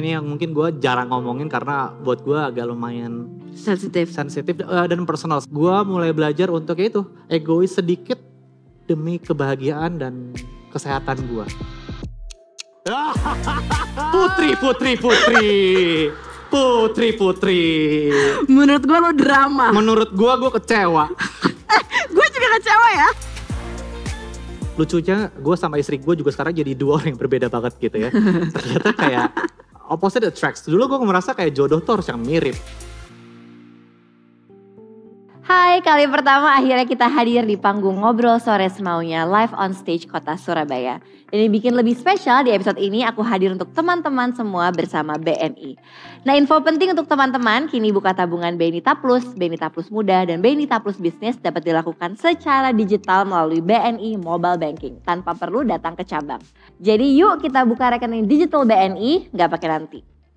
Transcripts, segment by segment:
ini yang mungkin gue jarang ngomongin karena buat gue agak lumayan sensitif dan personal. Gue mulai belajar untuk itu egois sedikit demi kebahagiaan dan kesehatan gue. Putri. Menurut gue lo drama. Menurut gue kecewa. Gue juga kecewa ya. Lucunya gue sama istri gue juga sekarang jadi dua orang yang berbeda banget gitu ya. Ternyata kayak opposite attracts. Dulu gue merasa kayak jodoh tuh harus yang mirip. Hai, kali pertama akhirnya kita hadir di panggung Ngobrol Sore Semaunya live on stage Kota Surabaya. Dan yang bikin lebih spesial di episode ini aku hadir untuk teman-teman semua bersama BNI. Nah, info penting untuk teman-teman, kini buka tabungan BNI Taplus, BNI Taplus Muda, dan BNI Taplus Bisnis dapat dilakukan secara digital melalui BNI Mobile Banking tanpa perlu datang ke cabang. Jadi yuk kita buka rekening digital BNI, nggak pakai nanti.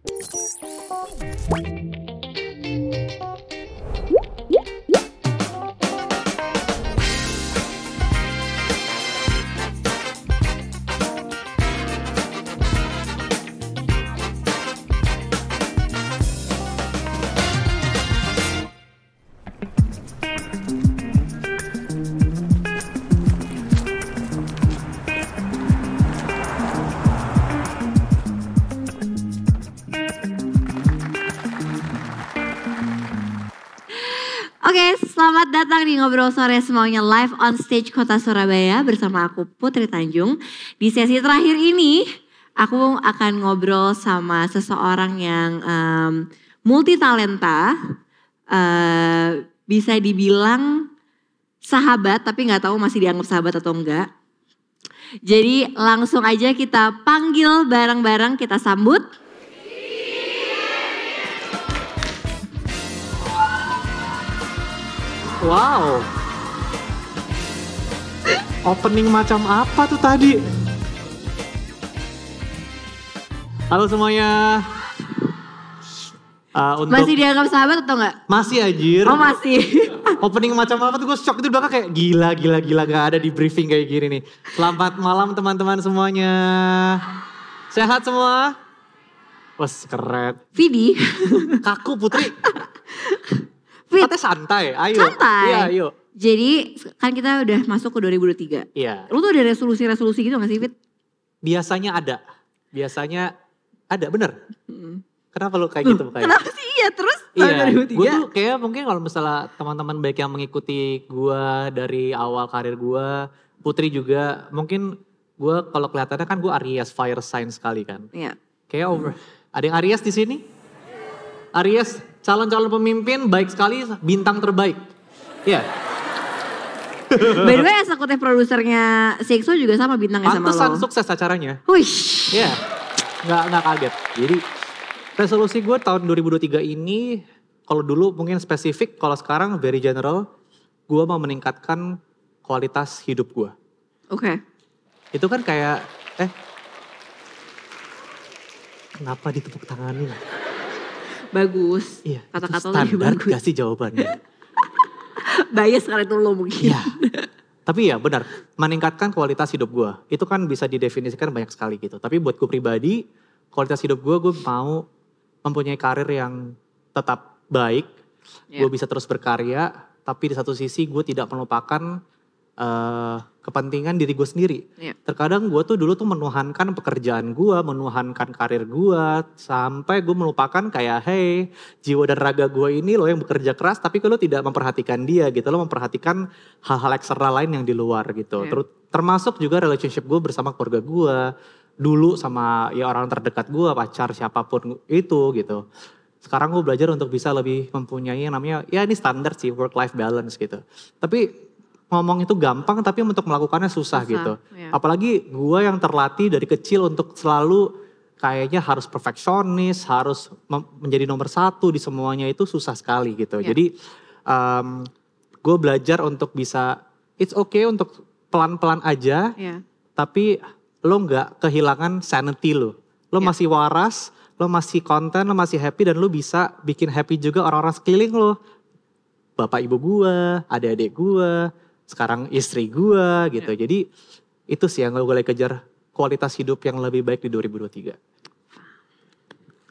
Oke, selamat datang di Ngobrol Sore Semaunya live on stage Kota Surabaya bersama aku Putri Tanjung. Di sesi terakhir ini aku akan ngobrol sama seseorang yang multi talenta, bisa dibilang sahabat tapi nggak tahu masih dianggap sahabat atau enggak. Jadi langsung aja kita panggil bareng-bareng, kita sambut. Wow. Opening macam apa tuh tadi? Halo semuanya. Masih dianggap sahabat atau enggak? Masih anjir. Oh masih. Opening macam apa tuh gue shock itu belakang kayak gila gak ada di briefing kayak gini nih. Selamat malam teman-teman semuanya. Sehat semua? Wes keren. Vidi. Kaku Putri. Katanya santai, ayo. Santai. Iya, ayo. Jadi kan kita udah masuk ke 2023. Iya. Lu tuh ada resolusi-resolusi gitu gak sih, Fit? Biasanya ada, bener. Kenapa lu kayak gitu? Kenapa sih iya terus tahun 2003? Gue tuh kayak mungkin kalau misalnya teman-teman baik yang mengikuti gue dari awal karir gue, Putri juga, mungkin gue kalau kelihatannya kan gue Aries fire sign sekali kan. Iya. Kayak ada yang Aries di sini? Aries, calon-calon pemimpin baik sekali, bintang terbaik. Iya. By the way, eksekutif produsernya Sexo juga sama bintangnya sama lo. Pantesan sukses acaranya. Wish. Iya, nggak kaget. Jadi resolusi gue tahun 2023 ini, kalau dulu mungkin spesifik, kalau sekarang very general, gue mau meningkatkan kualitas hidup gue. Oke. Itu kan kayak, kenapa ditepuk tanganin? Bagus. Iya, Kata-kata itu lebih bagus. gak sih jawabannya? Bias sekali itu lo mungkin. Iya. Tapi ya benar, meningkatkan kualitas hidup gue. Itu kan bisa didefinisikan banyak sekali gitu. Tapi buat gue pribadi, kualitas hidup gue mau mempunyai karir yang tetap baik. Gue bisa terus berkarya, tapi di satu sisi gue tidak melupakan kepentingan diri gue sendiri. Terkadang gue tuh dulu tuh menuhankan pekerjaan gue, menuhankan karir gue, sampai gue melupakan kayak hey, jiwa dan raga gue ini lo yang bekerja keras tapi lo tidak memperhatikan dia gitu, lo memperhatikan hal-hal eksternal lain yang di luar gitu. Termasuk juga relationship gue bersama keluarga gue, dulu sama ya orang terdekat gue, pacar siapapun itu gitu. Sekarang gue belajar untuk bisa lebih mempunyai yang namanya, ya ini standar sih, work-life balance gitu. Tapi ngomong itu gampang tapi untuk melakukannya susah gitu. Ya. Apalagi gue yang terlatih dari kecil untuk selalu kayaknya harus perfeksionis, harus menjadi nomor satu di semuanya itu susah sekali gitu. Ya. Jadi gue belajar untuk bisa, it's okay untuk pelan-pelan aja, tapi lo gak kehilangan sanity lo. Lo masih waras, lo masih konten, lo masih happy dan lo bisa bikin happy juga orang-orang sekeliling lo. Bapak ibu gue, adik-adik gue, sekarang istri gue gitu. Jadi itu sih yang gue mulai kejar, kualitas hidup yang lebih baik di 2023.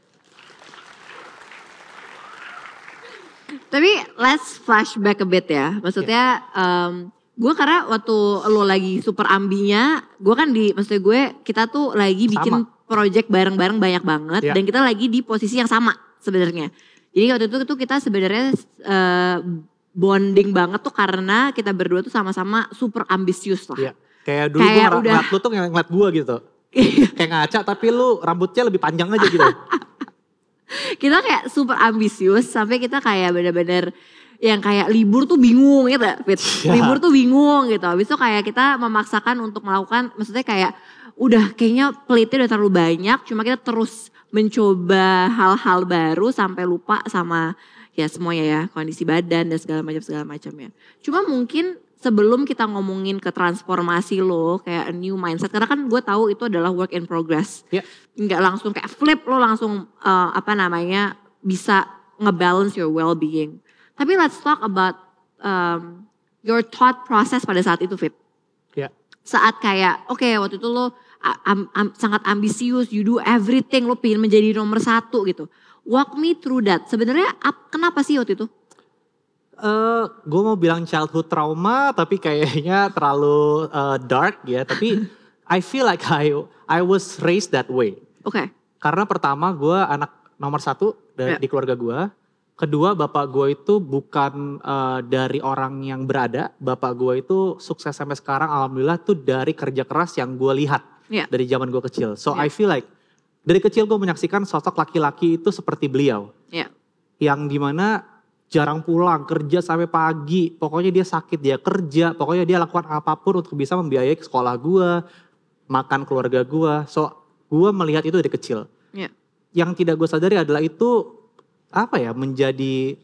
Tapi let's flashback a bit ya. Maksudnya gue karena waktu lo lagi super ambinya, gue kan maksudnya gue kita tuh lagi bikin project bareng-bareng banyak banget. Dan kita lagi di posisi yang sama sebenarnya. Jadi waktu itu tuh kita sebenarnya bonding banget tuh karena kita berdua tuh sama-sama super ambisius lah. Iya. Kayak dulu gue ngeliat lu tuh ngeliat gue gitu. Kayak ngaca tapi lu rambutnya lebih panjang aja gitu. Kita kayak super ambisius sampai kita kayak bener-bener yang kayak libur tuh bingung gitu, Fit. Libur tuh bingung gitu. Habis itu kayak kita memaksakan untuk melakukan, maksudnya kayak udah kayaknya plate-nya udah terlalu banyak, cuma kita terus mencoba hal-hal baru sampai lupa sama ya semuanya ya, kondisi badan dan segala macamnya. Cuma mungkin sebelum kita ngomongin ke transformasi lo, kayak a new mindset, karena kan gue tahu itu adalah work in progress. Nggak langsung kayak flip, lo langsung bisa ngebalance your well-being. Tapi let's talk about your thought process pada saat itu, Fit. Saat kayak, oke, waktu itu lo sangat ambisius, you do everything, lo pengen menjadi nomor 1 gitu. Walk me through that. Sebenarnya kenapa sih waktu itu? Gue mau bilang childhood trauma, tapi kayaknya terlalu dark ya. Tapi I feel like I was raised that way. Karena pertama gue anak nomor 1 di keluarga gue. Kedua, bapak gue itu bukan dari orang yang berada. Bapak gue itu sukses sampai sekarang, alhamdulillah tuh dari kerja keras yang gue lihat dari zaman gue kecil. So I feel like dari kecil gue menyaksikan sosok laki-laki itu seperti beliau. Yang dimana jarang pulang, kerja sampai pagi. Pokoknya dia sakit, dia kerja. Pokoknya dia lakukan apapun untuk bisa membiayai sekolah gue, makan keluarga gue. So gue melihat itu dari kecil. Yang tidak gue sadari adalah itu menjadi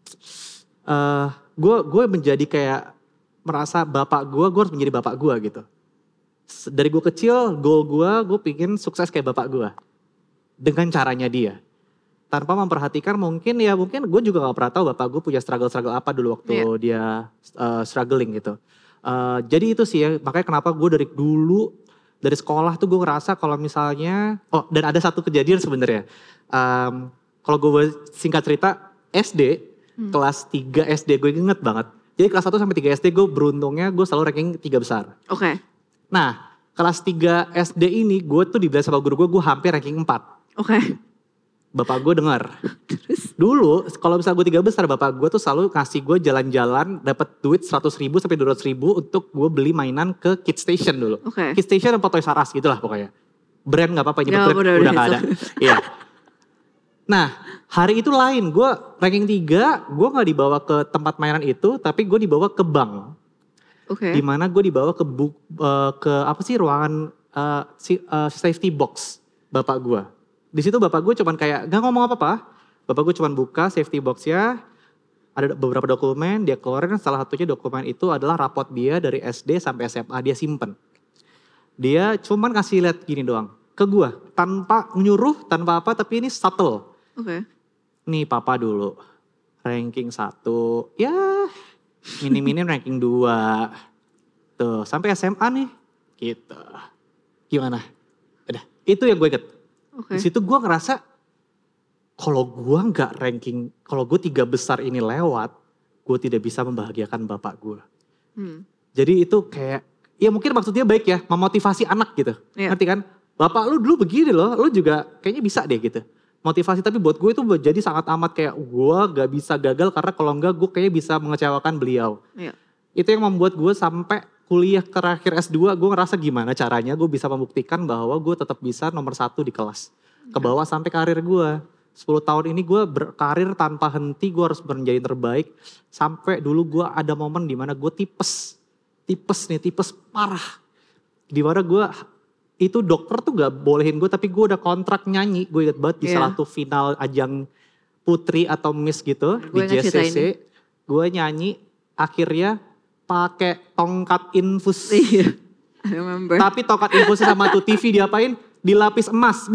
gue menjadi kayak merasa bapak gue harus menjadi bapak gue gitu. Dari gue kecil, goal gue pingin sukses kayak bapak gue dengan caranya dia, tanpa memperhatikan mungkin gue juga gak pernah tahu bapak gue punya struggle apa dulu waktu dia struggling gitu. Jadi itu sih ya, makanya kenapa gue dari dulu dari sekolah tuh gue ngerasa kalau misalnya dan ada satu kejadian sebenarnya. Kalau gue singkat cerita, SD, kelas 3 SD gue inget banget. Jadi kelas 1 sampai 3 SD gue beruntungnya gue selalu ranking 3 besar. Nah, kelas 3 SD ini gue tuh dibilang sama guru gue hampir ranking 4. Bapak gue dengar. Dulu kalau misalnya gue 3 besar, bapak gue tuh selalu ngasih gue jalan-jalan dapat duit 100.000 sampai 200.000 untuk gue beli mainan ke Kids Station dulu. Kids Station atau Toys R Us gitu lah pokoknya. Brand gak apa-apa, nyebut brand udah gak ada. Iya. Nah, hari itu lain, gue ranking 3, gue gak dibawa ke tempat mainan itu, tapi gue dibawa ke bank. Dimana gue dibawa ke ruangan safety box bapak gue. Di situ bapak gue cuman kayak gak ngomong apa-apa. Bapak gue cuman buka safety boxnya, ada beberapa dokumen, dia keluarin, salah satunya dokumen itu adalah rapot dia dari SD sampai SMA, dia simpen. Dia cuman kasih lihat gini doang, ke gue, tanpa nyuruh, tanpa apa, tapi ini subtle. Nih papa dulu, ranking 1, ya minim-minim ranking 2. Tuh, sampai SMA nih, gitu. Gimana? Udah, itu yang gue inget. Di situ gue ngerasa, kalau gue gak ranking, kalau gue 3 besar ini lewat, gue tidak bisa membahagiakan bapak gue. Jadi itu kayak, ya mungkin maksudnya baik ya, memotivasi anak gitu. Ngerti kan? Bapak lu dulu begini loh, lu juga kayaknya bisa deh gitu. Motivasi, tapi buat gue itu jadi sangat amat kayak gue gak bisa gagal karena kalau enggak gue kayaknya bisa mengecewakan beliau. Itu yang membuat gue sampai kuliah terakhir S2 gue ngerasa gimana caranya gue bisa membuktikan bahwa gue tetap bisa nomor 1 di kelas. Ke bawah sampai karir gue. 10 tahun ini gue berkarir tanpa henti, gue harus menjadi terbaik. Sampai dulu gue ada momen dimana gue tipes parah. Dimana gue, itu dokter tuh gak bolehin gue, tapi gue udah kontrak nyanyi. Gue ingat banget di salah satu final ajang putri atau miss gitu di JCC. Gue nyanyi, akhirnya pakai tongkat infus. I remember. Tapi tongkat infusnya sama tuh TV diapain? Dilapis emas.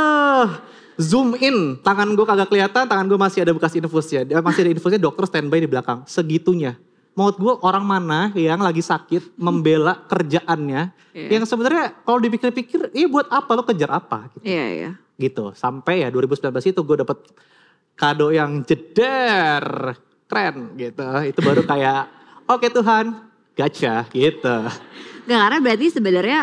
Zoom in, tangan gue kagak kelihatan, tangan gue masih ada bekas infusnya. Masih ada infusnya, dokter standby di belakang. Segitunya. Menurut gue orang mana yang lagi sakit membela kerjaannya. Yang sebenarnya kalau dipikir-pikir, buat apa, lo kejar apa? Gitu. Gitu, sampai ya 2019 itu gue dapet kado yang jeder. keren gitu. Itu baru kayak oke Tuhan, gacha gitu. Gak, karena berarti sebenarnya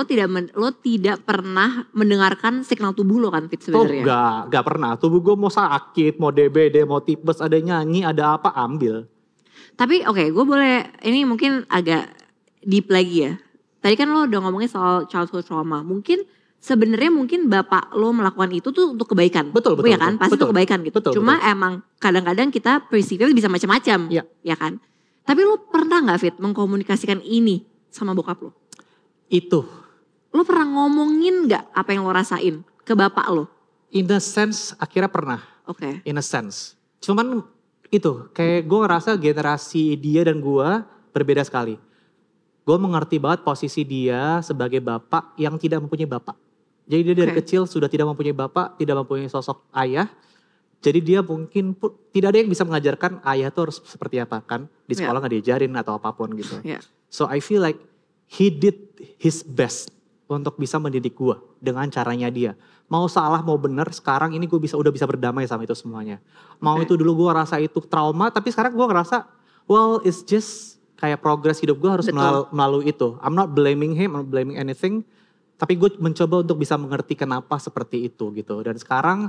lo tidak pernah mendengarkan signal tubuh lo kan Fit Oh sebenarnya. gak pernah. Tubuh gue mau sakit, mau DBD, mau tipes, ada nyanyi, ada apa, ambil. Tapi oke, gue boleh, ini mungkin agak deep lagi ya. Tadi kan lo udah ngomongin soal childhood trauma. Mungkin sebenarnya bapak lo melakukan itu tuh untuk kebaikan. Betul. Ya kan, pasti betul, untuk kebaikan gitu. betul, Cuma emang kadang-kadang kita perceive bisa macam-macam. Iya. Ya kan. Tapi lo pernah gak Fit mengkomunikasikan ini sama bokap lo? Itu. Lo pernah ngomongin gak apa yang lo rasain ke bapak lo? In a sense akhirnya pernah. Oke. In a sense. Cuman itu kayak gue ngerasa generasi dia dan gue berbeda sekali. Gue mengerti banget posisi dia sebagai bapak yang tidak mempunyai bapak. Jadi dia dari kecil sudah tidak mempunyai bapak, tidak mempunyai sosok ayah. Jadi dia mungkin tidak ada yang bisa mengajarkan ayah itu harus seperti apa kan. Di sekolah gak diajarin atau apapun gitu. Yeah. So I feel like he did his best untuk bisa mendidik gue dengan caranya dia. Mau salah mau benar sekarang ini gue udah bisa berdamai sama itu semuanya. Mau itu dulu gue rasa itu trauma tapi sekarang gue ngerasa well it's just kayak progres hidup gue harus melalui itu. I'm not blaming him, I'm not blaming anything. Tapi gue mencoba untuk bisa mengerti kenapa seperti itu gitu. Dan sekarang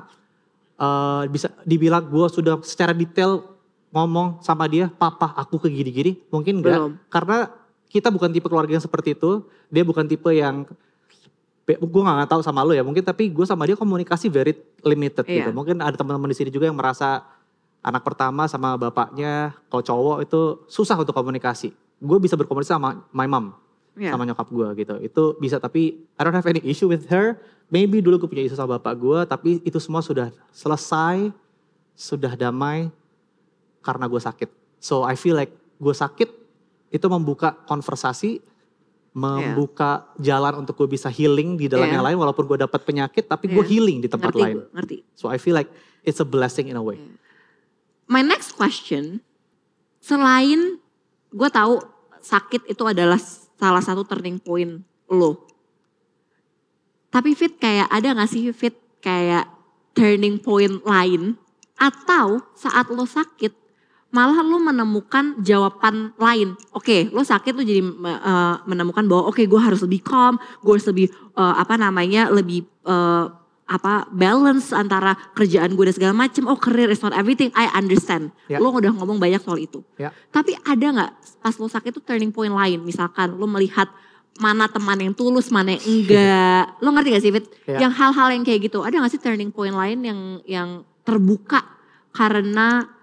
bisa dibilang gue sudah secara detail ngomong sama dia, papa aku kayak gini-gini, mungkin enggak. Belum. Karena kita bukan tipe keluarga yang seperti itu, dia bukan tipe yang, gue gak tahu sama lo ya mungkin, tapi gue sama dia komunikasi very limited gitu. Mungkin ada teman-teman di sini juga yang merasa anak pertama sama bapaknya, kalau cowok itu susah untuk komunikasi. Gue bisa berkomunikasi sama my mom, sama nyokap gue gitu. Itu bisa tapi I don't have any issue with her. Maybe dulu gue punya isu sama bapak gue, tapi itu semua sudah selesai, sudah damai karena gue sakit. So I feel like gue sakit itu membuka konversasi, membuka jalan untuk gue bisa healing di dalam yang lain. Walaupun gue dapat penyakit, tapi gue healing di tempat lain. Ngerti. So I feel like it's a blessing in a way. My next question, selain gue tahu sakit itu adalah salah satu turning point lo. Tapi Fit kayak ada gak sih Fit kayak turning point lain? Atau saat lo sakit malah lo menemukan jawaban lain. Oke, lo sakit lo jadi menemukan bahwa oke, gue harus lebih calm, gue harus lebih lebih balance antara kerjaan gue dan segala macem. Oh, career is not everything, I understand. Lo udah ngomong banyak soal itu. Tapi ada gak pas lo sakit itu turning point lain? Misalkan lo melihat mana teman yang tulus, mana yang enggak. Lo ngerti gak sih Fit? Yang hal-hal yang kayak gitu, ada gak sih turning point lain yang terbuka karena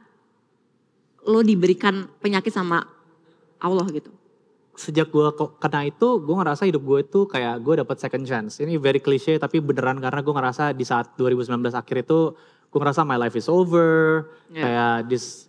lo diberikan penyakit sama Allah gitu? Sejak gue kena itu, gue ngerasa hidup gue itu kayak gue dapet second chance. Ini very cliche tapi beneran karena gue ngerasa di saat 2019 akhir itu, gue ngerasa my life is over. Kayak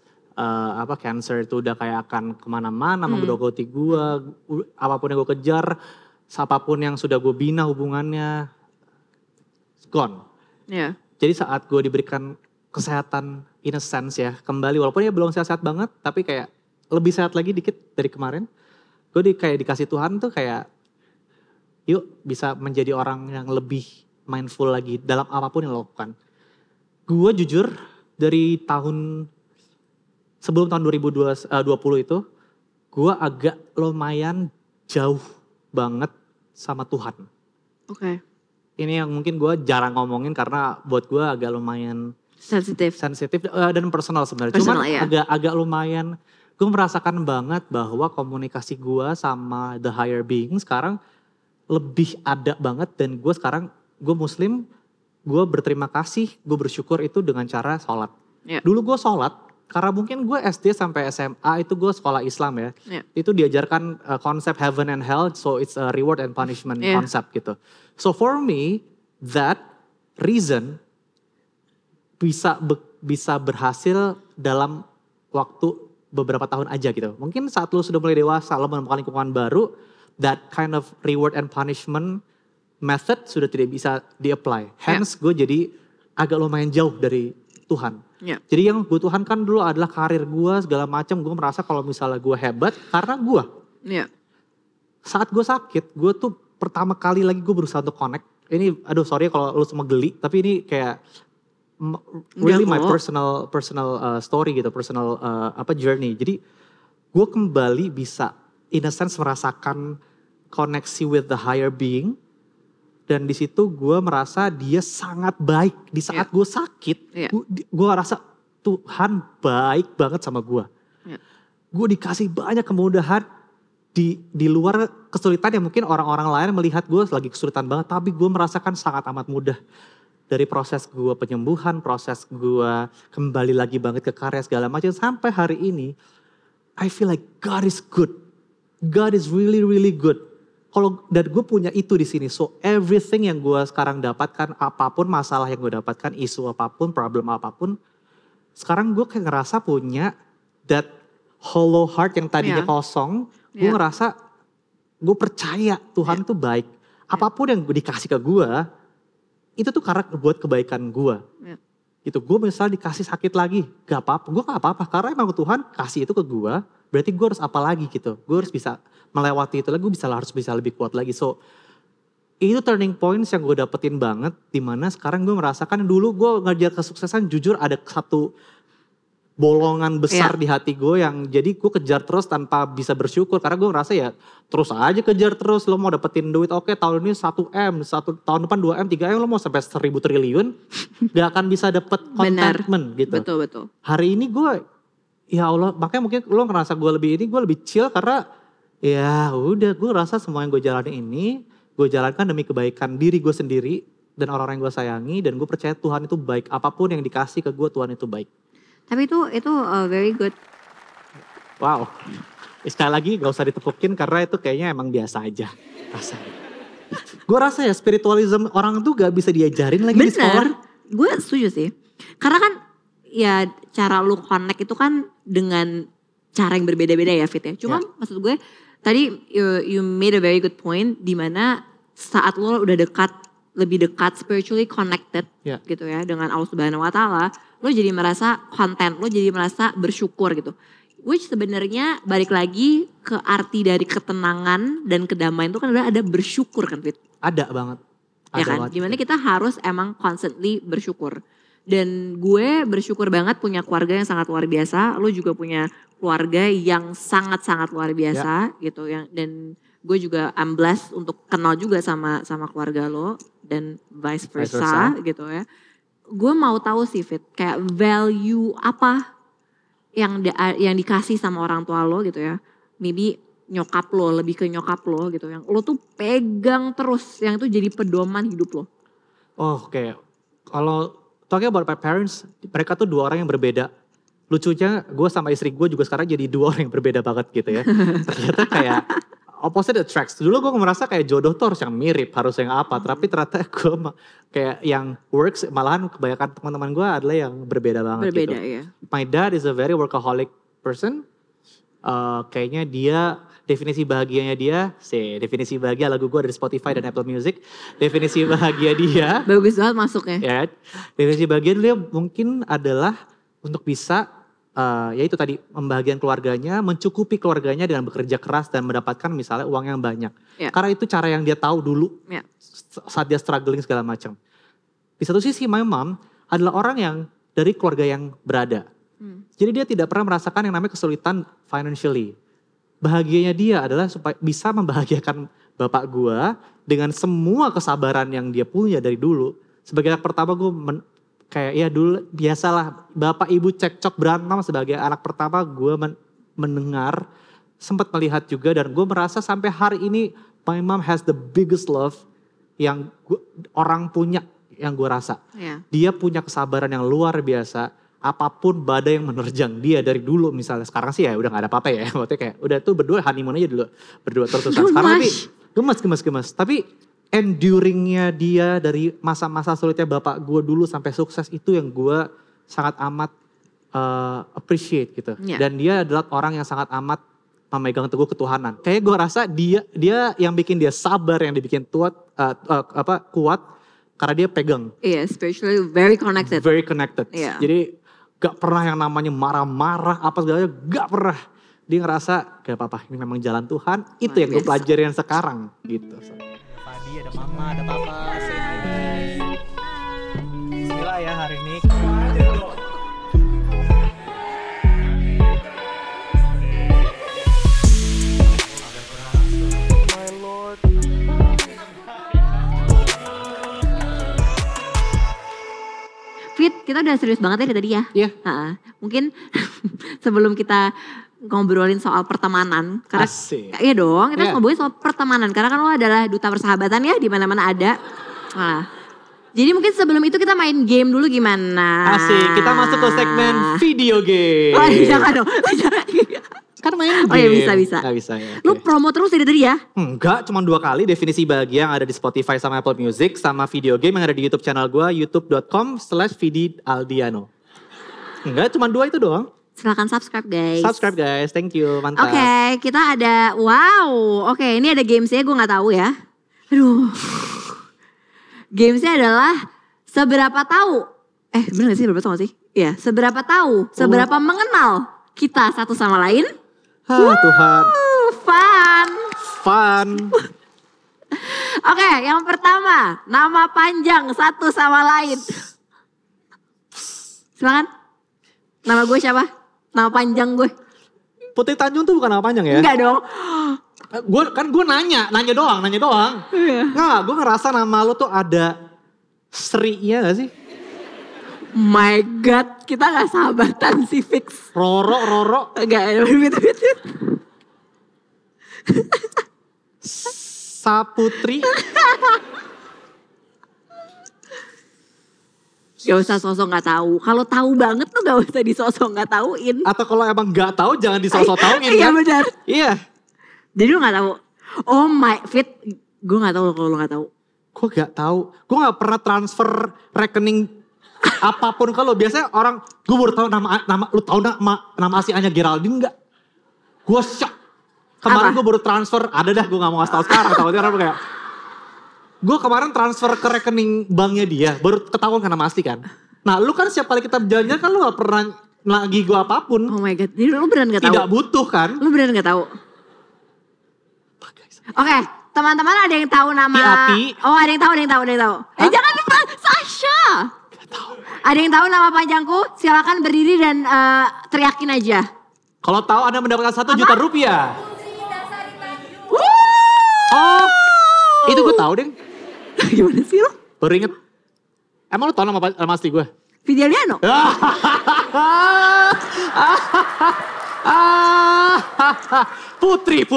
cancer itu udah kayak akan kemana-mana menggerogoti gue. Apapun yang gue kejar, apapun yang sudah gue bina hubungannya, gone. Jadi saat gue diberikan kesehatan in a sense ya, kembali walaupun ya belum sehat-sehat banget, tapi kayak lebih sehat lagi dikit dari kemarin. Gue kayak dikasih Tuhan tuh kayak, yuk bisa menjadi orang yang lebih mindful lagi dalam apapun yang lo lakukan. Gue jujur dari sebelum tahun 2020 itu, gue agak lumayan jauh banget sama Tuhan. Ini yang mungkin gue jarang ngomongin karena buat gue agak lumayan sensitif dan personal sebenarnya. Cuman agak lumayan, gue merasakan banget bahwa komunikasi gue sama the higher being sekarang lebih ada banget. Dan gue sekarang, gue muslim, gue berterima kasih, gue bersyukur itu dengan cara sholat. Dulu gue sholat, karena mungkin gue SD sampai SMA itu gue sekolah Islam ya. Itu diajarkan konsep heaven and hell, so it's a reward and punishment concept gitu. So for me, that reason bisa berhasil dalam waktu beberapa tahun aja gitu. Mungkin saat lo sudah mulai dewasa, lo menemukan lingkungan baru, that kind of reward and punishment method sudah tidak bisa di-apply. Hence gue jadi agak lumayan jauh dari Tuhan. Jadi yang gue Tuhankan dulu adalah karir gue segala macam. Gue merasa kalau misalnya gue hebat karena gue. Saat gue sakit, gue tuh pertama kali lagi gue berusaha untuk connect. Ini aduh sorry kalau lo semua geli, tapi ini kayak really my kok. personal story gitu, personal journey. Jadi gue kembali bisa in a sense merasakan koneksi with the higher being, dan di situ gue merasa dia sangat baik. Di saat gue sakit, gue rasa Tuhan baik banget sama gue. Gue dikasih banyak kemudahan di luar kesulitan yang mungkin orang-orang lain melihat gue lagi kesulitan banget, tapi gue merasakan sangat amat mudah. Dari proses gue penyembuhan, proses gue kembali lagi banget ke karya segala macam, sampai hari ini, I feel like God is good. God is really really good. Dan gue punya itu di sini. So everything yang gue sekarang dapatkan, apapun masalah yang gue dapatkan, isu apapun, problem apapun, sekarang gue kayak ngerasa punya that hollow heart yang tadinya kosong. Gue ngerasa, gue percaya Tuhan tuh baik. Apapun yang dikasih ke gue, itu tuh karena buat kebaikan gue. Gitu, gue misalnya dikasih sakit lagi, gak apa-apa. Gue gak apa-apa, karena emang Tuhan kasih itu ke gue. Berarti gue harus apa lagi gitu. Gue harus bisa melewati itu lagi, gue harus bisa lebih kuat lagi. So, itu turning points yang gue dapetin banget. Dimana sekarang gue merasakan, dulu gue ngejar kesuksesan, jujur ada satu bolongan besar di hati gue yang jadi gue kejar terus tanpa bisa bersyukur. Karena gue ngerasa ya terus aja kejar terus, lo mau dapetin duit, oke tahun ini 1M, tahun depan 2M, 3M, lo mau sampai 1.000 triliun, gak akan bisa dapet contentment gitu. Betul. Hari ini gue, ya Allah, makanya mungkin lo ngerasa gue lebih chill karena ya udah, gue rasa semua yang gue jalani ini, gue jalankan demi kebaikan diri gue sendiri dan orang-orang yang gue sayangi, dan gue percaya Tuhan itu baik, apapun yang dikasih ke gue Tuhan itu baik. Tapi itu very good. Wow. Sekali lagi gak usah ditepukin karena itu kayaknya emang biasa aja rasanya. Gue rasa ya spiritualism orang tuh gak bisa diajarin lagi di sekolah. Gue setuju sih. Karena kan ya cara lu connect itu kan dengan cara yang berbeda-beda ya Fit ya. Cuma maksud gue tadi you made a very good point, dimana saat lo udah lebih dekat spiritually connected gitu ya dengan Allah Subhanahu Wa Taala, lo jadi merasa content, lo jadi merasa bersyukur gitu. Which sebenarnya balik lagi ke arti dari ketenangan dan kedamaian itu kan adalah ada bersyukur kan Fit? Ada banget. Ya kan, dimana kita harus emang constantly bersyukur. Dan gue bersyukur banget punya keluarga yang sangat luar biasa. Lo juga punya keluarga yang sangat-sangat luar biasa gitu. Dan gue juga I'm blessed untuk kenal juga sama keluarga lo dan vice versa gitu ya. Gue mau tahu sih Fit, kayak value apa yang dikasih sama orang tua lo gitu ya. Maybe nyokap lo, lebih ke nyokap lo gitu. Yang lo tuh pegang terus, yang itu jadi pedoman hidup lo. Oh kayak, kalau talking about my parents, mereka tuh dua orang yang berbeda. Lucunya gue sama istri gue juga sekarang jadi dua orang yang berbeda banget gitu ya. Ternyata kayak opposite attracts. Dulu gue merasa kayak jodoh tuh harus yang mirip, harus yang apa. Tapi ternyata gue kayak yang works, malahan kebanyakan teman-teman gue adalah yang berbeda banget gitu. Ya. My dad is a very workaholic person. Kayaknya dia, definisi bahagianya dia, definisi bahagia lagu gue dari Spotify dan Apple Music. Definisi bahagia dia. Bagus banget masuknya. Ya, definisi bahagia dia mungkin adalah untuk bisa yaitu tadi membahagiakan keluarganya, mencukupi keluarganya dengan bekerja keras dan mendapatkan misalnya uang yang banyak. Karena itu cara yang dia tahu dulu saat dia struggling segala macam. Di satu sisi my mom adalah orang yang dari keluarga yang berada. Jadi dia tidak pernah merasakan yang namanya kesulitan financially. Bahagianya dia adalah supaya bisa membahagiakan bapak gua dengan semua kesabaran yang dia punya dari dulu. Sebagai anak pertama gue kayak ya dulu biasalah bapak ibu cekcok berantem, sebagai anak pertama gue mendengar, sempat melihat juga, dan gue merasa sampai hari ini my mom has the biggest love yang orang punya, yang gue rasa. Dia punya kesabaran yang luar biasa, apapun badai yang menerjang dia dari dulu misalnya. Sekarang sih ya udah gak ada apa-apa ya, maksudnya kayak udah tuh berdua honeymoon aja dulu, berdua terus-terusan. Sekarang tapi gemes. Tapi enduringnya dia dari masa-masa sulitnya bapak gue dulu sampai sukses itu yang gue sangat amat appreciate gitu. Dan dia adalah orang yang sangat amat memegang teguh ketuhanan. Kayak gue rasa dia yang bikin dia sabar, yang dibikin kuat karena dia pegang. Spiritually very connected. Very connected. Jadi gak pernah yang namanya marah-marah apa segalanya, gak pernah. Dia ngerasa gak apa-apa, ini memang jalan Tuhan. Itu yang gue pelajarin sekarang gitu. Padi, ada mama, ada papa, say hi. Bismillah ya hari ini. Fit, kita udah serius banget ya dari tadi ya. Iya. Mungkin sebelum kita ngobrolin soal pertemanan, karena Asik. iya dong, kita Iya. ngobrolin soal pertemanan karena kan lo adalah duta persahabatan ya, di mana-mana ada. Nah, jadi mungkin sebelum itu kita main game dulu gimana? Asik, kita masuk ke segmen video game. Oh jangan dong. Kan main game. Oh iya bisa. Gak bisa ya. Lu oke. promo terus dari tadi ya? Enggak, cuma 2 kali definisi bahagia yang ada di Spotify sama Apple Music. Sama video game yang ada di YouTube channel gue, youtube.com/vidaldiano. Enggak, cuma 2 itu doang. Silakan subscribe guys. Subscribe guys, thank you, mantap. Oke, kita ada, ini ada gamesnya gue gak tahu ya. Aduh. Gamesnya adalah seberapa tahu, bener gak sih seberapa tahu gak sih? Iya, seberapa tahu, seberapa mengenal kita satu sama lain. Tuhan. Fun. Oke, yang pertama, nama panjang satu sama lain. Silakan. Nama gue siapa? Nama panjang gue. Putri Tanjung tuh bukan nama panjang ya? Enggak dong. Gue nanya doang. Iya. Nggak, gue ngerasa nama lu tuh ada Sri-nya gak sih? My God, kita gak sahabatan sih fix. Roro. Enggak, wait. Saputri. Gak usah sosok gak tahu. Kalau tahu banget tuh gak usah disosok gak tauin. Atau kalau emang gak tahu jangan disosok tauin Iya kan? benar. Iya. Jadi lu gak tahu. Oh my fit, gue gak tahu kalau lu gak tahu. Gue gak tahu. Gue gak pernah transfer rekening apapun kalau biasanya orang gue baru tahu nama lu tahu nama aslinya Geraldine gak? Gue shock. Kemarin gue baru transfer, ada dah gue gak mau ngasih tau sekarang. Takutnya orang kayak, gue kemarin transfer ke rekening banknya dia, baru ketahuan kan nama asli kan. Nah lu kan setiap kali kita berjalan kan lu gak pernah lagi gue apapun. Oh my God, jadi lu beneran gak tahu? Tidak butuh kan. Lu beneran gak tahu? Oke, teman-teman ada yang tahu nama? Api. Oh ada yang tahu. Jangan lupa Sasha. Ada yang tahu nama panjangku? Silakan berdiri dan teriakin aja. Kalau tahu Anda mendapatkan 1 juta rupiah. Oh, itu gue tahu deh. Gimana sih lu? Baru inget. Emang lu tau nama asli gue? Vidaliano. Putri.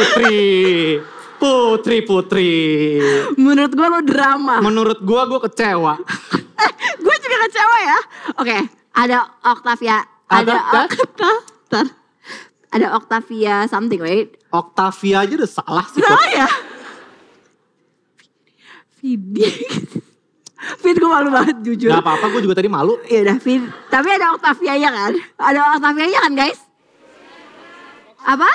Menurut gue lo drama. Menurut gue kecewa. Gue juga kecewa ya. Oke, ada Octavia. Ada Octavia something, right? Octavia aja udah salah sih. Salah ya? Vidi. Fit gue malu banget jujur. Gak apa-apa, gue juga tadi malu. Ya udah Fit. Tapi ada Octavia ya kan? Ada Octavia ya kan guys? Apa?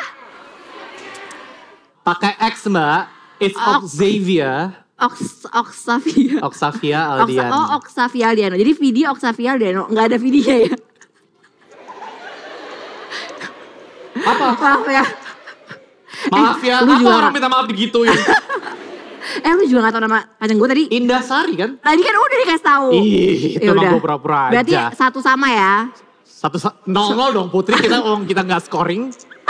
Pakai X mbak. It's Octavia. Octavia. Octavia Aldiano. Octavia Aldiano. Jadi Vidi Octavia Aldiano. Gak ada Vidinya ya? Apa? Maaf ya. Maaf ya, apa orang minta maaf digituin? Lu juga gak tau nama panjang gue tadi? Indah Sari kan? Tadi kan udah dikasih tahu. Ih, itu emang gue pura-pura aja. Berarti satu sama ya? 0-0 dong Putri, kita gak scoring.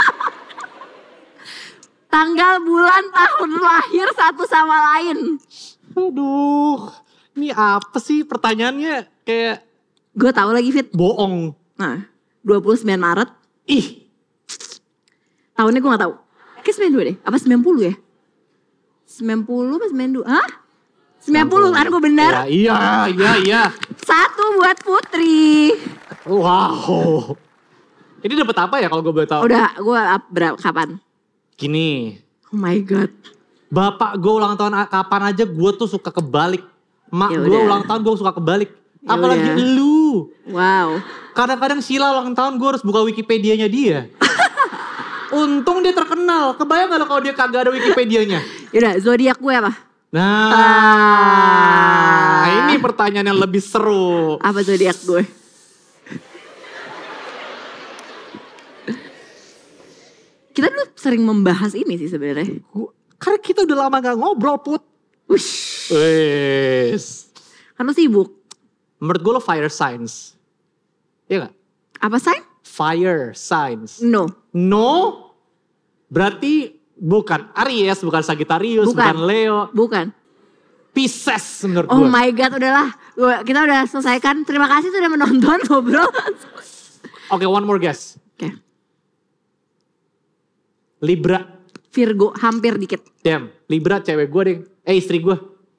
Tanggal, bulan, tahun lahir satu sama lain. Aduh, ini apa sih pertanyaannya? Kayak Gue tahu lagi Fit. bohong. Nah, 29 Maret. Ih, Tahunnya gue gak tahu. Kayak 92 deh. Apa 90 ya? 90 apa 92? Hah? 90 kan gue benar? Ya, iya. Satu buat Putri. Wow. Ini dapat apa ya kalau gue boleh tahu? Udah, gue kapan? Gini, Oh my God. bapak gue ulang tahun kapan aja gue tuh suka kebalik. Mak Ya gue udah. ulang tahun gue suka kebalik. Ya Apalagi udah. lu. Wow. Kadang-kadang Sheila ulang tahun gue harus buka Wikipedianya dia. Untung dia terkenal. Kebayang gak lo kalau dia kagak ada Wikipedianya? Yaudah, zodiak gue apa? Nah, ini pertanyaan yang lebih seru. Apa zodiak gue? Kita dulu sering membahas ini sih sebenarnya. Karena kita udah lama gak ngobrol, Put. Wush. Wes. Karena sibuk. Menurut gue lo fire signs. Iya gak? Apa sign? Fire signs. No. No, berarti bukan Aries, bukan Sagittarius, bukan Leo. Bukan. Pisces menurut Oh gue. my God, udahlah. Kita udah selesaikan. Terima kasih sudah menonton ngobrol. Oke, one more guess. Oke. Libra. Virgo, hampir dikit. Damn, Libra cewek gue deh. Istri gue.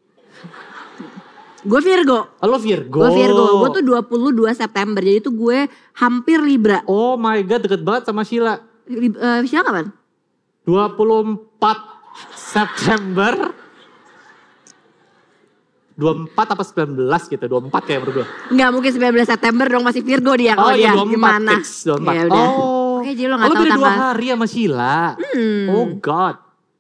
Gue Virgo. Oh, lo Virgo. Gue Virgo. Gue tuh 22 September. Jadi tuh gue hampir Libra. Oh my God, deket banget sama Sheila. Sheila kapan? 24 September. 24 apa 19 gitu, 24 kayak menurut gue. Enggak, mungkin 19 September dong, masih Virgo dia. Oh Kalau iya, dia 24 gimana? fix, 24. Ya udah. Oh. Oke, jadi lo gak tahu beda 2 tanggal. hari sama Sheila. Oh God.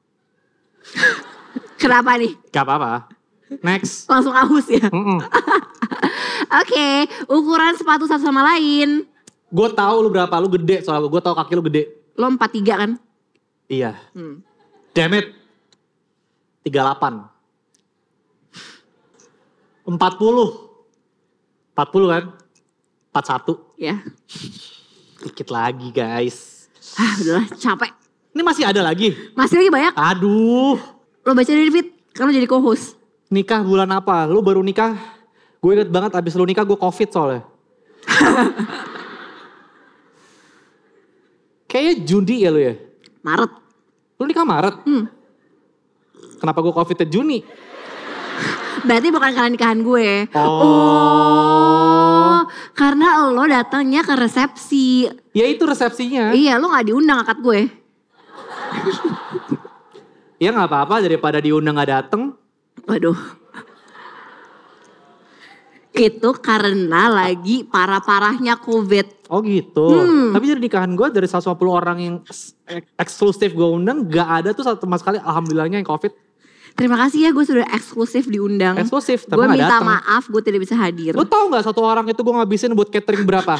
Kenapa nih? Gak apa-apa. Next. Langsung aus ya? Mm-mm. Oke, ukuran sepatu satu sama lain. Gue tahu lu berapa, lu gede soalnya gue tahu kaki lu gede. Lo 43 kan? Iya. Damn it. 38. 40 kan? 41. Ya. Dikit lagi guys. Udahlah, capek. Ini masih ada lagi? Masih lagi banyak. Aduh. Lo baca dari Fit, kan lo jadi co-host. Nikah bulan apa? Lu baru nikah? Gue inget banget abis lu nikah gue COVID soalnya. Kayaknya Juni ya lu ya? Maret. Lu nikah Maret? Kenapa gue COVID-nya Juni? Berarti bukan karena nikahan gue. Oh. Karena lo datangnya ke resepsi. Ya itu resepsinya. Iya, lo gak diundang akad gue. Ya gak apa-apa daripada diundang gak dateng. Waduh. Itu karena lagi parah-parahnya COVID. Oh gitu. Tapi dari nikahan gue dari 150 orang yang eksklusif gue undang gak ada tuh sama sekali alhamdulillahnya yang COVID. Terima kasih ya, gue sudah eksklusif diundang. Eksklusif, tapi Gue gak minta dateng. maaf, gue tidak bisa hadir. Lu tau gak satu orang itu gue ngabisin buat catering berapa?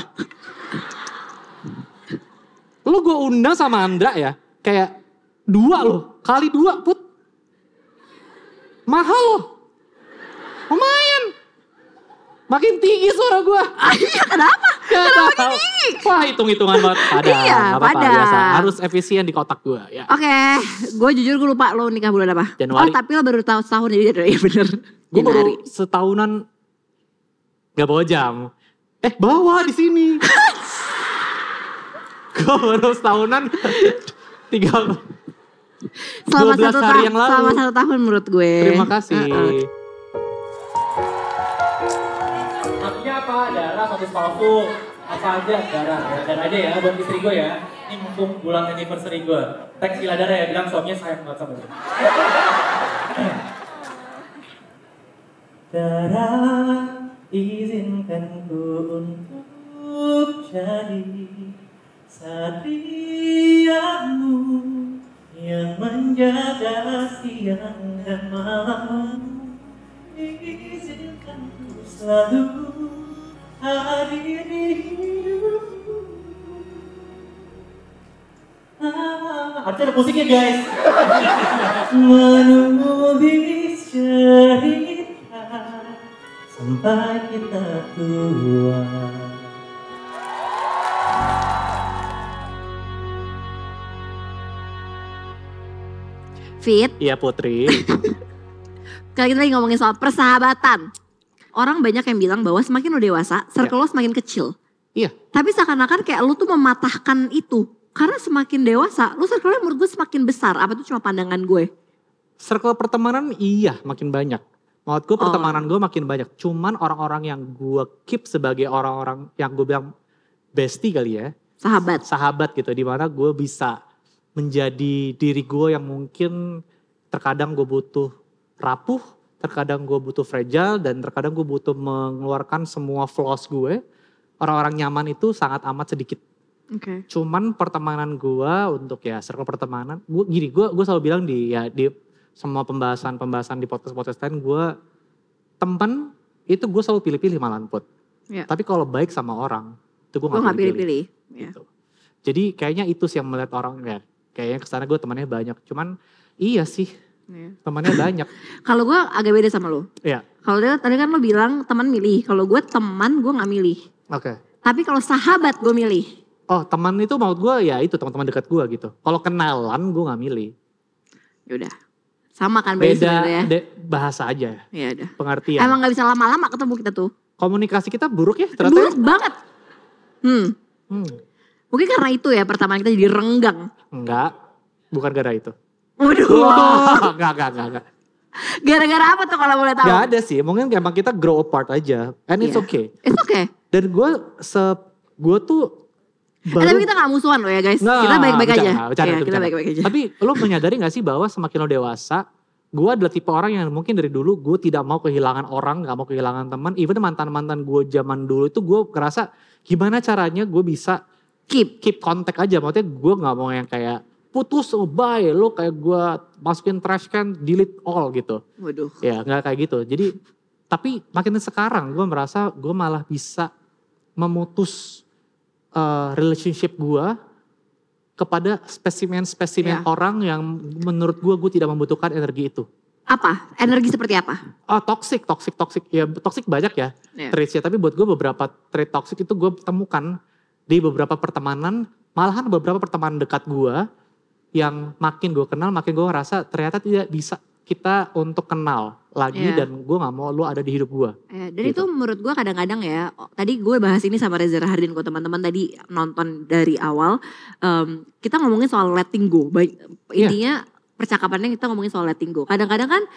Lu gue undang sama Andra ya, kayak 2 loh, kali 2 Put. Mahal loh. Lumayan. Makin tinggi suara gue. Iya, kenapa? Kenapa makin tinggi? Wah, hitung-hitungan banget. Padahal, Iya, gak apa-apa, padahal. biasa. Harus efisien di kotak gue ya. Oke, gue jujur gue lupa lo nikah bulan apa. Januari. Oh, tapi lo baru tahu setahun jadi ya bener. Gue baru Januari. setahunan gak bawa jam. Bawa di sini. Gue baru setahunan 3 Selama 12 satu hari yang lalu. Selama 1 tahun menurut gue. Terima kasih. Maksudnya apa? Darah, satu palsu, apa aja darah. Dan aja ya buat istri gue ya. Ini mumpung bulan anniversary gue. Teks Gila Darah ya bilang suaminya sayang banget sama dia. Darah, izinkan ku untuk jadi satriamu yang menjaga siang dan malam. Izinkan ku selalu hadir di hidupmu. Harusnya ada musiknya guys. Menulis cerita sampai kita tua. Fit, Iya Putri. kalau kita lagi ngomongin soal persahabatan. Orang banyak yang bilang bahwa semakin lo dewasa, circle lo semakin kecil. Iya. Tapi seakan-akan kayak lo tuh mematahkan itu. Karena semakin dewasa, lo circle-nya menurut gue semakin besar. Apa itu cuma pandangan gue? Circle pertemanan iya makin banyak. Menurut gue pertemanan gue makin banyak. Cuman orang-orang yang gue keep sebagai orang-orang yang gue bilang bestie kali ya. Sahabat. Sahabat gitu. Dimana gue bisa menjadi diri gue yang mungkin terkadang gue butuh rapuh. Terkadang gue butuh fragile. Dan terkadang gue butuh mengeluarkan semua flaws gue. Orang-orang nyaman itu sangat amat sedikit. Oke. Cuman pertemanan gue untuk ya circle pertemanan. Gue selalu bilang di semua pembahasan di podcast lain gue temen itu gue selalu pilih-pilih malahan Put. Ya. Tapi kalau baik sama orang itu gue Gue gak gak pilih-pilih. pilih-pilih. Ya. Gitu. Jadi kayaknya itu sih yang melihat orang ya. Kayaknya kesana gue temannya banyak. Cuman iya sih Ya. temannya banyak. Kalau gue agak beda sama lo. Iya. Kalau tadi kan lo bilang teman milih. Kalau gue teman gue gak milih. Oke. Tapi kalau sahabat gue milih. Oh teman itu maksud gue ya itu teman-teman dekat gue gitu. Kalau kenalan gue gak milih. Yaudah. Sama kan berarti sebenarnya. Beda bahasa aja, Ya udah. pengertian. Emang gak bisa lama-lama ketemu kita tuh. Komunikasi kita buruk ya ternyata. Buruk banget. Hmm. Mungkin karena itu ya pertemanan kita jadi renggang. Enggak, bukan gara itu. Waduh. Enggak. Gara-gara apa tuh kalau boleh tahu? Enggak ada sih, mungkin emang kita grow apart aja. And it's Iya. okay. It's okay. Dan gue tuh Tapi kita gak musuhan loh ya guys. Kita baik-baik aja. Iya, kita baik-baik aja. Tapi lo menyadari gak sih bahwa semakin lo dewasa, gue adalah tipe orang yang mungkin dari dulu gue tidak mau kehilangan orang, gak mau kehilangan teman. Even mantan-mantan gue zaman dulu itu gue ngerasa gimana caranya gue bisa keep kontak aja. Maksudnya gue gak mau yang kayak putus, oh bye, lo kayak gue masukin trash can, delete all gitu. Waduh. Ya gak kayak gitu. Jadi tapi makin sekarang gue merasa gue malah bisa memutus relationship gue kepada spesimen-spesimen orang yang menurut gue tidak membutuhkan energi itu. Apa? Energi seperti apa? Oh toxic. Ya toxic banyak ya traitsnya. Tapi buat gue beberapa trait toxic itu gue temukan di beberapa pertemanan. Malahan beberapa pertemanan dekat gue yang makin gue kenal, makin gue ngerasa ternyata tidak bisa kita untuk kenal lagi dan gue gak mau lu ada di hidup gue. Dan gitu. Itu menurut gue kadang-kadang ya, tadi gue bahas ini sama Reza Rahardin kok teman-teman tadi nonton dari awal. Kita ngomongin soal letting go. Intinya percakapannya kita ngomongin soal letting go. Kadang-kadang kan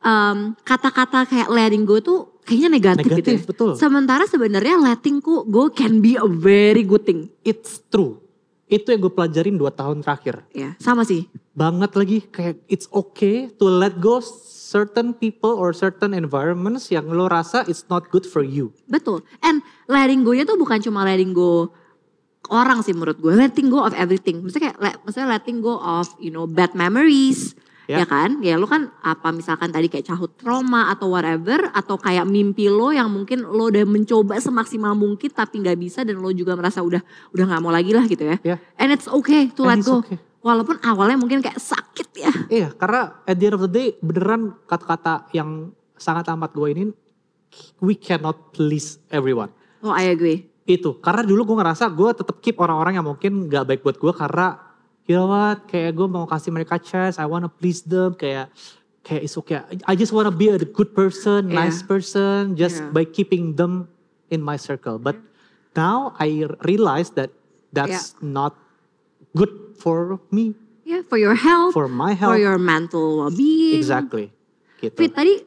kata-kata kayak letting go tuh kayaknya negatif gitu ya. Betul. Sementara sebenarnya letting go can be a very good thing. It's true. Itu yang gue pelajarin 2 tahun terakhir. Ya, sama sih. Banget lagi kayak it's okay to let go certain people or certain environments yang lo rasa it's not good for you. Betul. And letting go-nya tuh bukan cuma letting go orang sih menurut gue. Letting go of everything. Misalnya letting go of bad memories. Ya kan? Ya lo kan apa misalkan tadi kayak childhood trauma atau whatever. Atau kayak mimpi lo yang mungkin lo udah mencoba semaksimal mungkin tapi gak bisa. Dan lo juga merasa udah gak mau lagi lah gitu ya. And it's okay to let go. Okay. Walaupun awalnya mungkin kayak sakit ya. Iya karena at the end of the day beneran kata-kata yang sangat amat gue ini. We cannot please everyone. Oh I agree. Itu karena dulu gue ngerasa gue tetap keep orang-orang yang mungkin gak baik buat gue. Karena you know what, kayak gue mau kasih mereka chance, I wanna please them, kayak it's okay. I just wanna be a good person, nice person, just by keeping them in my circle. But now I realize that that's not good for me. Yeah, for your health, for my health, for your mental well-being. Exactly. Gitu. Fit tadi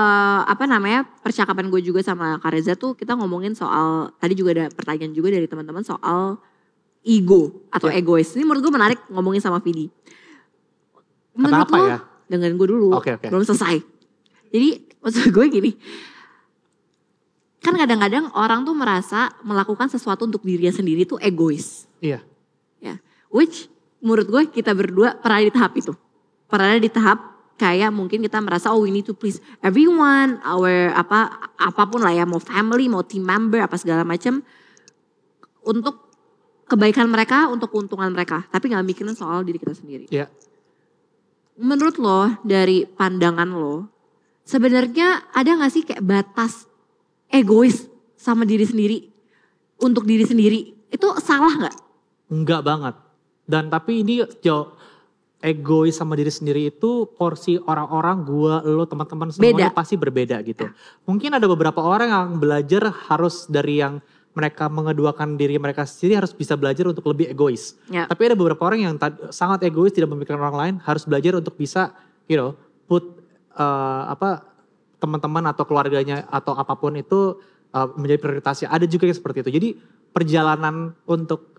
percakapan gue juga sama Kak Reza tuh kita ngomongin soal, tadi juga ada pertanyaan juga dari teman-teman soal ego atau egois. Ini menurut gue menarik ngomongin sama Vidi. Menurut Kenapa lo, ya? dengerin gue dulu, belum selesai. Jadi maksud gue gini, kan kadang-kadang orang tuh merasa melakukan sesuatu untuk dirinya sendiri tuh egois. Iya. Ya, which menurut gue kita berdua pernah di tahap itu. Pernah di tahap kayak mungkin kita merasa we need to please everyone, apapun lah ya, mau family, mau team member, apa segala macam untuk kebaikan mereka, untuk keuntungan mereka. Tapi gak mikirin soal diri kita sendiri. Iya. Menurut lo, dari pandangan lo, sebenarnya ada gak sih kayak batas egois sama diri sendiri? Untuk diri sendiri, itu salah gak? Enggak banget. Dan tapi ini egois sama diri sendiri itu porsi orang-orang, gua, lo, teman-teman semuanya pasti berbeda gitu. Mungkin ada beberapa orang yang belajar harus dari yang mereka mengeduakan diri mereka sendiri harus bisa belajar untuk lebih egois. Tapi ada beberapa orang yang sangat egois, tidak memikirkan orang lain, harus belajar untuk bisa, put teman-teman atau keluarganya atau apapun itu menjadi prioritasnya. Ada juga yang seperti itu. Jadi perjalanan untuk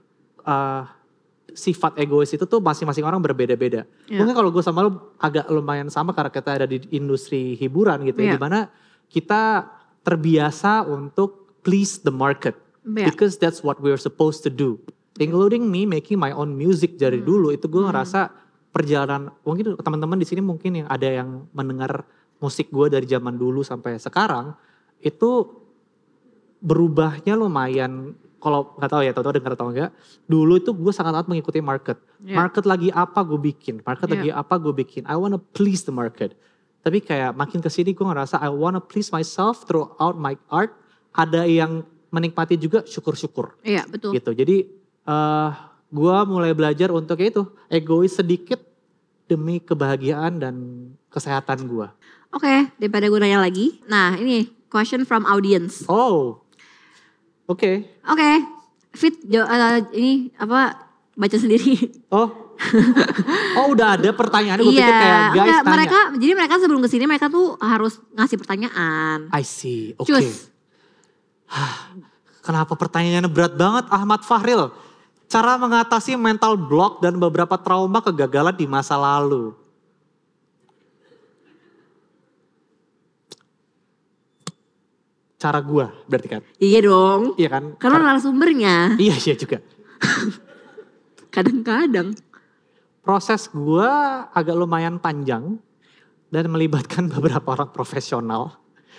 sifat egois itu tuh masing-masing orang berbeda-beda. Mungkin kalau gue sama lo agak lumayan sama karena kita ada di industri hiburan gitu ya. Dimana kita terbiasa untuk please the market. Because that's what we're supposed to do. Including me making my own music dari dulu. Itu gue ngerasa perjalanan, mungkin teman-teman di sini mungkin yang ada yang mendengar musik gue dari zaman dulu sampai sekarang. Itu berubahnya lumayan, kalau gak tahu ya, tahu-tahu dengar atau enggak. Dulu itu gue sangat mengikuti market. Market lagi apa gue bikin. Market lagi apa gue bikin. I wanna please the market. Tapi kayak makin kesini gue ngerasa I wanna please myself throughout my art. Ada yang menikmati juga, syukur-syukur. Iya betul. Gitu. Jadi gue mulai belajar untuk itu egois sedikit demi kebahagiaan dan kesehatan gue. Oke, daripada gue nanya lagi. Nah ini question from audience. Oh, oke. Oke, Fit ini apa baca sendiri. Oh udah ada pertanyaan. Gue pikir kayak guys enggak, tanya. mereka sebelum kesini mereka tuh harus ngasih pertanyaan. I see, oke. Cus. Kenapa pertanyaannya berat banget Ahmad Fahril? Cara mengatasi mental block dan beberapa trauma kegagalan di masa lalu. Cara gua berarti kan? Iya dong. Iya kan? Karena narasumbernya. Iya juga. Kadang-kadang. Proses gua agak lumayan panjang dan melibatkan beberapa orang profesional.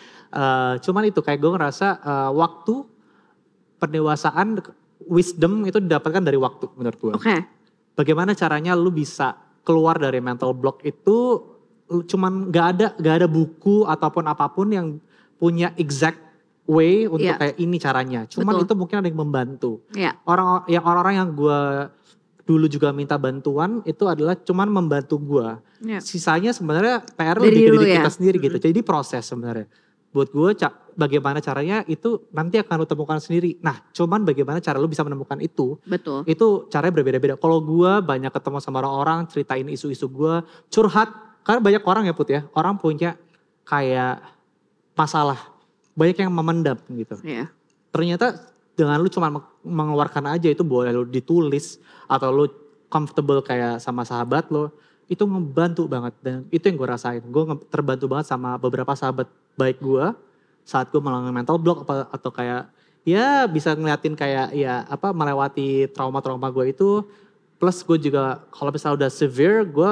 Cuman itu kayak gue ngerasa waktu, pendewasaan, wisdom itu didapatkan dari waktu menurut gue. Oke. Bagaimana caranya lu bisa keluar dari mental block itu cuman gak ada buku ataupun apapun yang punya exact way untuk kayak ini caranya. Cuman Betul. itu mungkin ada yang membantu. Iya. Orang-orang yang gue dulu juga minta bantuan itu adalah cuman membantu gue. Iya. Sisanya sebenarnya PR Dari lebih ke dulu diri ya? kita sendiri gitu. Jadi proses sebenarnya. Buat gue bagaimana caranya itu nanti akan lu temukan sendiri. Nah cuman bagaimana cara lu bisa menemukan itu. Betul. Itu caranya berbeda-beda. Kalau gue banyak ketemu sama orang-orang ceritain isu-isu gue. Curhat. Karena banyak orang ya Put ya. Orang punya kayak masalah. Banyak yang memendam gitu. Iya. Ternyata dengan lu cuma mengeluarkan aja itu boleh lu ditulis. Atau lu comfortable kayak sama sahabat lu. Itu ngebantu banget. Dan itu yang gue rasain. Gue terbantu banget sama beberapa sahabat baik gue. Saat gue mengalami mental block atau kayak ya bisa ngeliatin kayak ya apa melewati trauma-trauma gue itu. Plus gue juga kalau misalnya udah severe gue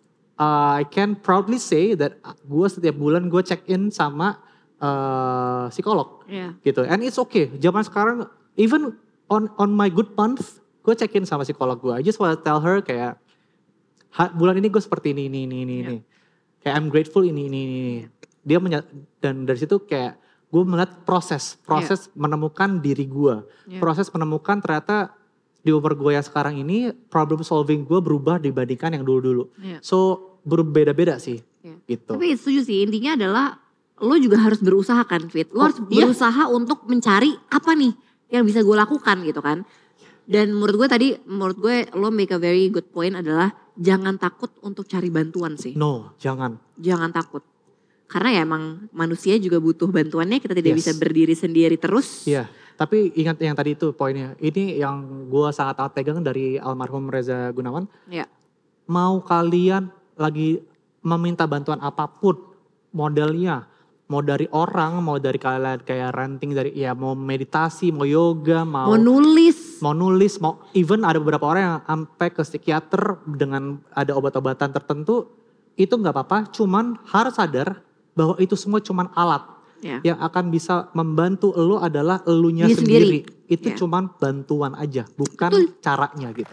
I can proudly say that gue setiap bulan gue check in sama psikolog Iya. gitu. And it's okay. Zaman sekarang even on my good month gue check in sama psikolog gue. I just wanna tell her kayak bulan ini gue seperti ini. Kayak I'm grateful ini. Dia dan dari situ kayak gue melihat proses menemukan diri gue. Proses menemukan ternyata di umur gue yang sekarang ini problem solving gue berubah dibandingkan yang dulu-dulu. So berbeda-beda sih gitu. Tapi setuju sih, intinya adalah lo juga harus berusaha kan Fit. Lo harus berusaha untuk mencari apa nih yang bisa gue lakukan gitu kan. Dan menurut gue lo make a very good point adalah jangan takut untuk cari bantuan sih. No, jangan. Jangan takut. Karena ya emang manusia juga butuh bantuannya, kita tidak bisa berdiri sendiri terus. Iya, tapi ingat yang tadi itu poinnya. Ini yang gue sangat pegang dari almarhum Reza Gunawan. Iya. Mau kalian lagi meminta bantuan apapun, modelnya. Mau dari orang, mau dari kalian kayak ranting dari ya mau meditasi, mau yoga, mau nulis, mau even ada beberapa orang yang sampai ke psikiater dengan ada obat-obatan tertentu, itu nggak apa-apa. Cuman harus sadar bahwa itu semua cuman alat. Yang akan bisa membantu lo adalah elunya sendiri. Itu cuman bantuan aja, bukan caranya gitu.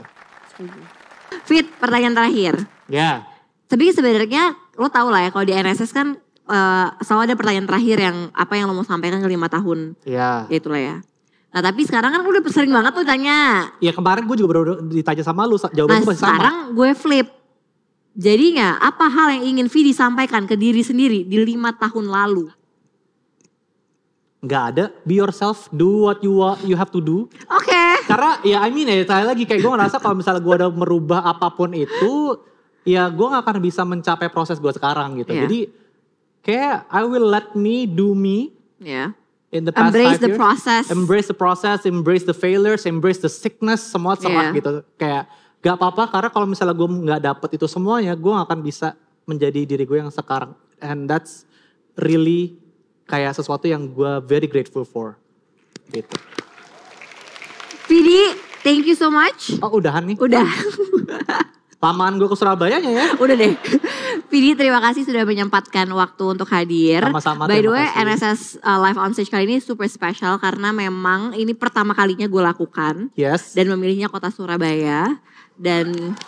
Fit, pertanyaan terakhir. Ya. Tapi sebenarnya lo tau lah ya kalau di NSS kan selalu ada pertanyaan terakhir yang apa yang lo mau sampaikan ke 5 tahun. Iya. Ya itulah ya. Nah tapi sekarang kan udah sering banget lo tanya. Ya kemarin gue juga baru ditanya sama lu, jawaban gue masih sama. Sekarang gue flip. Jadinya apa hal yang ingin Vidi sampaikan ke diri sendiri di 5 tahun lalu? Gak ada, be yourself, do what you have to do. Oke. Karena ya saya lagi kayak gue ngerasa kalau misalnya gue udah merubah apapun itu, ya gue gak akan bisa mencapai proses gue sekarang gitu. Jadi kayak I will let me do me. In the past embrace 5 the years. process. Embrace the process, embrace the failures, embrace the sickness, semua gitu. Kayak gak apa-apa karena kalau misalnya gue gak dapet itu semuanya, gue gak akan bisa menjadi diri gue yang sekarang. And that's really kayak sesuatu yang gue very grateful for. Gitu. Vidi, thank you so much. Oh udahan nih? Udah. Lamaan gue ke Surabayanya ya. Udah deh. Vidi terima kasih sudah menyempatkan waktu untuk hadir. Sama-sama. By the way NSS Live on Stage kali ini super spesial karena memang ini pertama kalinya gue lakukan. Yes. Dan memilihnya kota Surabaya. Dan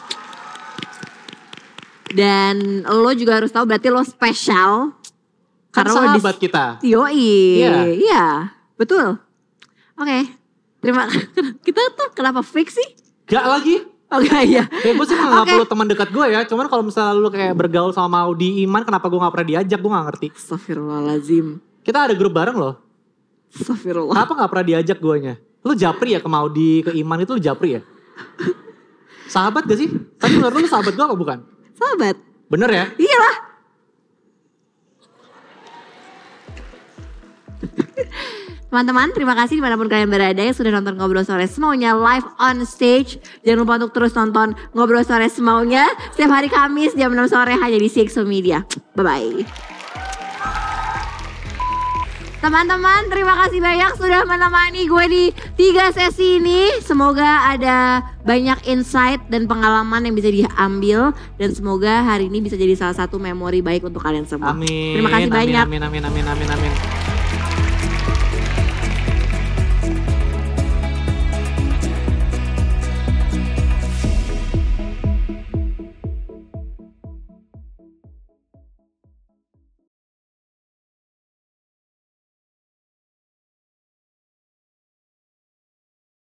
lo juga harus tahu berarti lo spesial. Karena sahabat kita. Yoi. Iya. Betul. Oke. Kita tuh kenapa fake sih? Gak lagi. Oke, iya. Ya gue sih gak Oke. perlu teman dekat gue ya. Cuman kalau misalnya lu kayak bergaul sama Maudi Iman, kenapa gue gak pernah diajak? Gue gak ngerti. Astagfirullahaladzim. Kita ada grup bareng loh. Astagfirullah. Kenapa gak pernah diajak guanya? Lu japri ya ke Maudi, ke Iman itu lu japri ya? Sahabat gak sih? Tapi menurut lu sahabat gue apa bukan? Sahabat. Bener ya? Iyalah. Teman-teman, terima kasih dimanapun kalian berada yang sudah nonton Ngobrol Sore Semaunya live on stage. Jangan lupa untuk terus nonton Ngobrol Sore Semaunya setiap hari Kamis jam 6 sore hanya di CXO Media. Bye-bye. Teman-teman, terima kasih banyak sudah menemani gue di 3 sesi ini. Semoga ada banyak insight dan pengalaman yang bisa diambil. Dan semoga hari ini bisa jadi salah satu memori baik untuk kalian semua. Amin. Terima kasih banyak. Amin.